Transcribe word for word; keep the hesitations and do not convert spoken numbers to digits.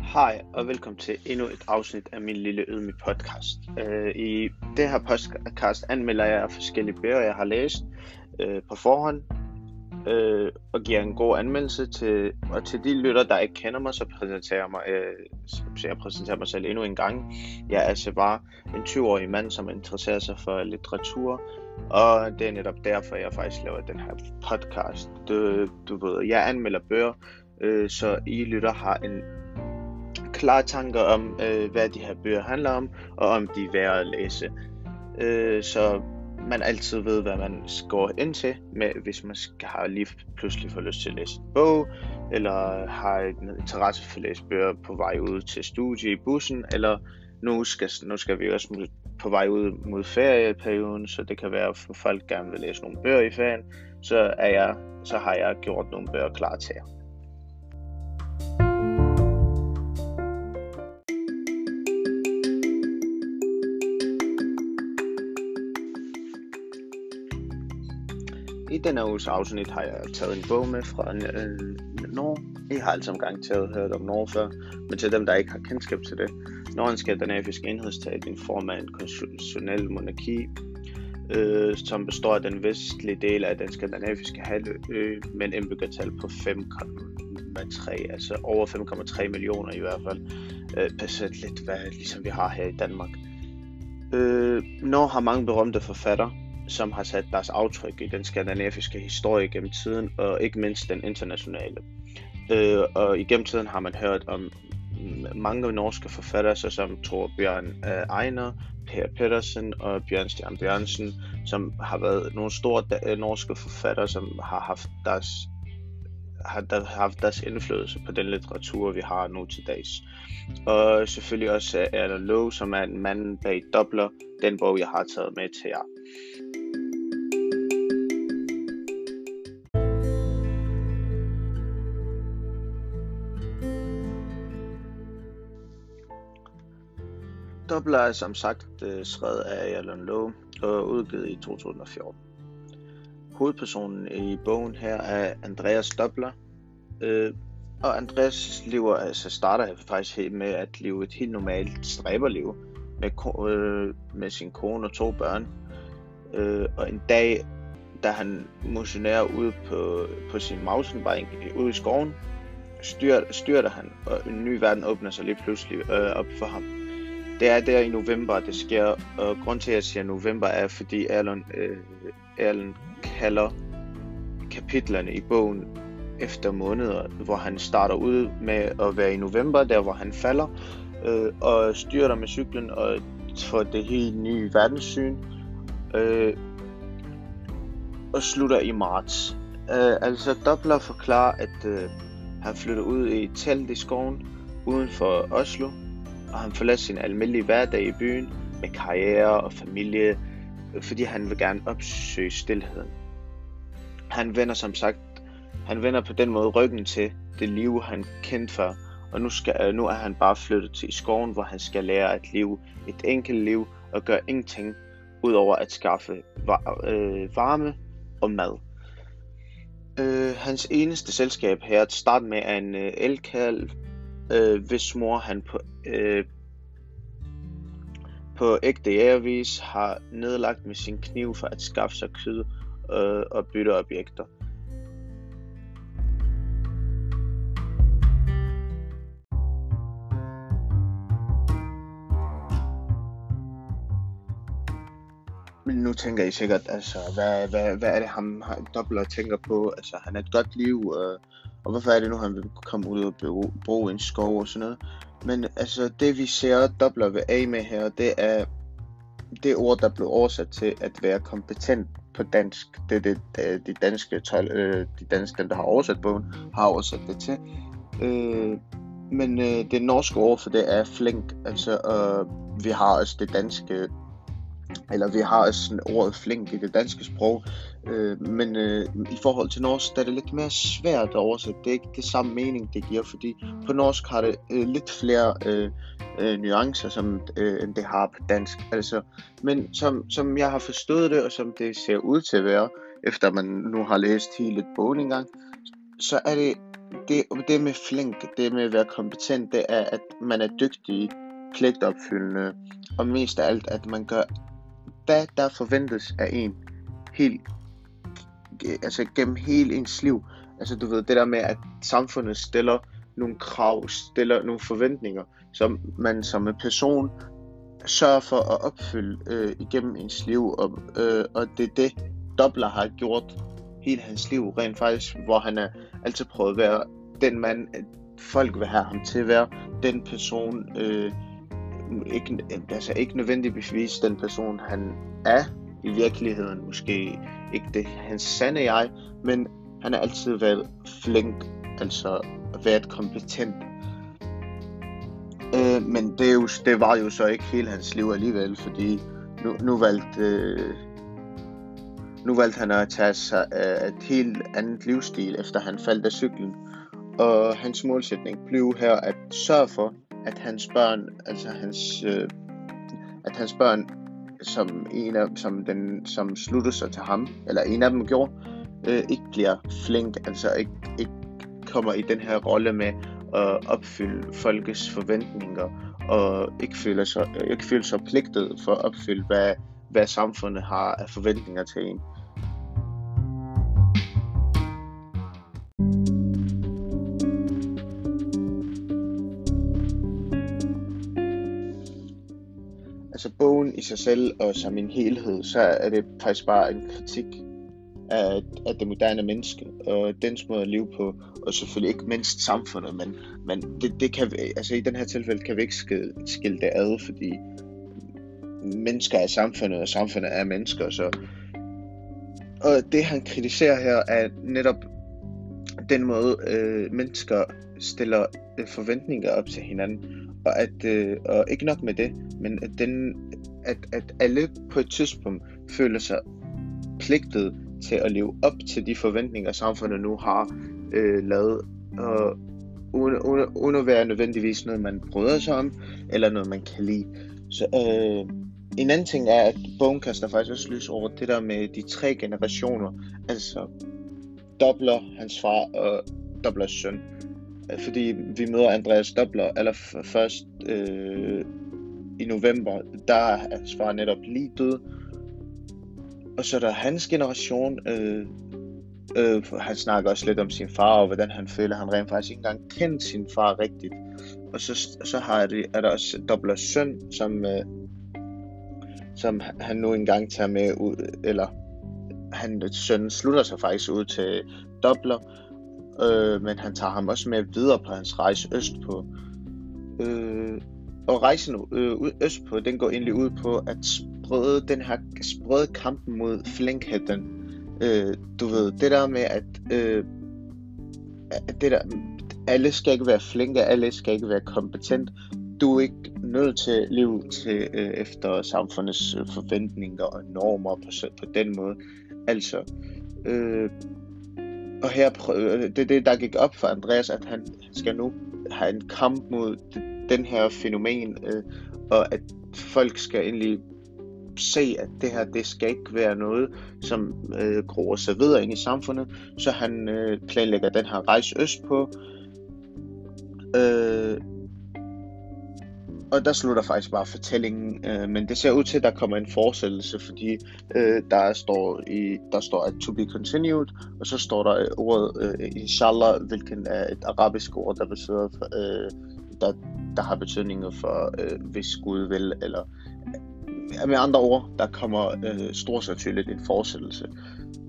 Hej og velkommen til endnu et afsnit af min lille ydmyg podcast. Uh, I det her podcast anmelder jeg forskellige bøger, jeg har læst uh, på forhånd, uh, og giver en god anmeldelse til, og til de lytter, der ikke kender mig, så præsenterer jeg mig, uh, så jeg præsenterer mig selv endnu en gang. Jeg er altså bare en tyve-årig mand, som interesserer sig for litteratur, og det er netop derfor, jeg faktisk laver den her podcast. Du, du ved, jeg anmelder bøger, uh, så I lytter har en klare tanker om, øh, hvad de her bøger handler om, og om de er værd at læse. Øh, så man altid ved, hvad man går ind til, med, hvis man skal have lige pludselig får lyst til at læse en bog, eller har en interesse for at læse bøger på vej ud til studie i bussen, eller nu skal, nu skal vi også på vej ud mod ferieperioden, så det kan være, at folk gerne vil læse nogle bøger i ferien, så, er jeg, så har jeg gjort nogle bøger klar til jer. I denne uges afsnit har jeg taget en bog med fra øh, Norge. I har alle sammen garanteret hørt om Norge før, men til dem, der ikke har kendskab til det. Norge er en skandinavisk enhedsstat i form af en konstitutionel monarki, øh, som består af den vestlige del af den skandinaviske halvø, med en indbyggertal på fem komma tre, altså over fem komma tre millioner i hvert fald. Øh, passet lidt, hvad ligesom vi har her i Danmark. Øh, Norge har mange berømte forfattere, som har sat deres aftryk i den skandinaviske historie gennem tiden, og ikke mindst den internationale. Øh, og igennem tiden har man hørt om mange norske forfattere, såsom Torbjørn øh, Egner, Per Pedersen og Bjørnstjerne Bjørnsen, som har været nogle store norske forfattere, som har haft deres, har der, haft deres indflydelse på den litteratur, vi har nu til dags. Og selvfølgelig også Erlend Loe, som er en mand bag Dobler, den bog, jeg har taget med til jer. Dobler er som sagt uh, skrevet af Erlend Loe og udgivet i to tusind og fjorten. Hovedpersonen i bogen her er Andreas Dobler, uh, og Andreas lever, altså starter faktisk med at leve et helt normalt stræberliv med, uh, med sin kone og to børn. Uh, og en dag, da han motionerer ude på, på sin mountainbike ude i skoven, styr, styrter han, og en ny verden åbner sig lige pludselig uh, op for ham. Det er der i november, det sker, og grund til at jeg siger november er, fordi Erlend, øh, Erlend kalder kapitlerne i bogen efter måneder, hvor han starter ud med at være i november, der hvor han falder, øh, og styrter med cyklen og får det helt nye verdenssyn, øh, og slutter i marts. Øh, altså Dobler forklarer, at øh, han flytter ud i et telt i skoven uden for Oslo, og han forlader sin almindelige hverdag i byen med karriere og familie, fordi han vil gerne opsøge stilheden. Han vender som sagt, han vender på den måde ryggen til det liv, han kendte før, og nu, skal, nu er han bare flyttet til skoven, hvor han skal lære at leve et enkelt liv og gøre ingenting, udover at skaffe varme og mad. Øh, hans eneste selskab her at starte med er en øh, elkalv, øh, hvis mor han på, øh, på ægte jægervis har nedlagt med sin kniv for at skaffe sig kød øh, og bytte objekter. Men nu tænker I sikkert, altså, hvad, hvad, hvad er det ham Dobler tænker på? Altså, han har et godt liv, øh, og hvorfor er det nu, han vil komme ud og bruge, bruge en skov og sådan noget? Men altså, det vi ser Dobler ved af med her, det er det ord, der blev oversat til at være kompetent på dansk. Det er det, det de danske, tolv, øh, de danske, dem der har oversat bogen, har oversat det til. Øh, men øh, det norske ord for det er flink, altså, øh, vi har også det danske, eller vi har også sådan ordet flink i det danske sprog, øh, men øh, i forhold til norsk, der er det lidt mere svært at oversætte. Det er ikke det samme mening, det giver, fordi på norsk har det øh, lidt flere øh, øh, nuancer, som, øh, end det har på dansk. Altså, men som, som jeg har forstået det, og som det ser ud til at være, efter man nu har læst hele bogen en gang, så er det det, det med flink, det med at være kompetent, det er, at man er dygtig, pligtopfyldende, og mest af alt, at man gør, hvad der forventes af en, helt, altså gennem hele ens liv. Altså du ved, det der med, at samfundet stiller nogle krav, stiller nogle forventninger, som man som en person sørger for at opfylde øh, igennem ens liv, og, øh, og det er det, Doppler har gjort hele hans liv, rent faktisk, hvor han er altid prøvet at være den mand, folk vil have ham til at være, den person, øh, ikke, altså ikke nødvendigvis den person, han er i virkeligheden, måske ikke det hans sande jeg, men han har altid været flink, altså været kompetent. Øh, men det, er jo, det var jo så ikke hele hans liv alligevel, fordi nu, nu, valgte, øh, nu valgte han at tage sig af et helt andet livsstil, efter han faldt af cyklen. Og hans målsætning blev her at sørge for, at hans børn, altså hans, øh, at hans børn, som en af, som den, som sluttede sig til ham, eller en af dem gjorde, øh, ikke bliver flink, altså ikke, ikke kommer i den her rolle med at opfylde folkets forventninger, og ikke føler sig, ikke føler sig pligtet for at opfylde, hvad, hvad samfundet har af forventninger til en. Altså bogen i sig selv og som en helhed, så er det faktisk bare en kritik af, af det moderne menneske og dens måde at leve på, og selvfølgelig ikke mindst samfundet, men, men det, det kan vi, altså i den her tilfælde kan vi ikke skille, skille det ad, fordi mennesker er samfundet, og samfundet er mennesker, så og det han kritiserer her er netop den måde øh, mennesker stiller øh, forventninger op til hinanden, og at øh, og ikke nok med det, men at, den, at, at alle på et tidspunkt føler sig pligtet til at leve op til de forventninger, samfundet nu har øh, lavet, og uden, uden, uden at være nødvendigvis noget, man bryder sig om, eller noget, man kan lide. Så øh, en anden ting er, at bogen kaster faktisk også lys over det der med de tre generationer, altså Doppler, hans far og Dopplers søn. Fordi vi møder Andreas Doppler allerførst øh, i november, der er hans far netop lige død. Og så er der hans generation, øh, øh, han snakker også lidt om sin far, og hvordan han føler, han rent faktisk ikke engang kendte sin far rigtigt. Og så, så har det, er der også Dopplers søn, som, øh, som han nu engang tager med ud, eller hans søn slutter sig faktisk ud til Doppler, øh, men han tager ham også med videre på hans rejse østpå. Øh, og rejsen øh, østpå, den går egentlig ud på at sprede den her sprede kampen mod flinkheden. Øh, du ved, det der med at, øh, at det der, alle skal ikke være flinke, alle skal ikke være kompetent. Du er ikke nødt til at leve til, øh, efter samfundets øh, forventninger og normer på, på den måde. Altså, øh, og her prøv, det er det, der gik op for Andreas, at han skal nu have en kamp mod den her fænomen, øh, og at folk skal egentlig se, at det her, det skal ikke være noget, som øh, gror sig videre ind i samfundet, så han øh, planlægger den her rejse østpå. Øh, og der slutter faktisk bare fortællingen, øh, men det ser ud til, at der kommer en fortsættelse, fordi øh, der står i der står at to be continued, og så står der øh, ordet øh, inshallah, hvilket er et arabisk ord, der betyder øh, der, der har betydning for øh, hvis Gud vil, eller med andre ord, der kommer øh, stort sandsynligt en fortsættelse.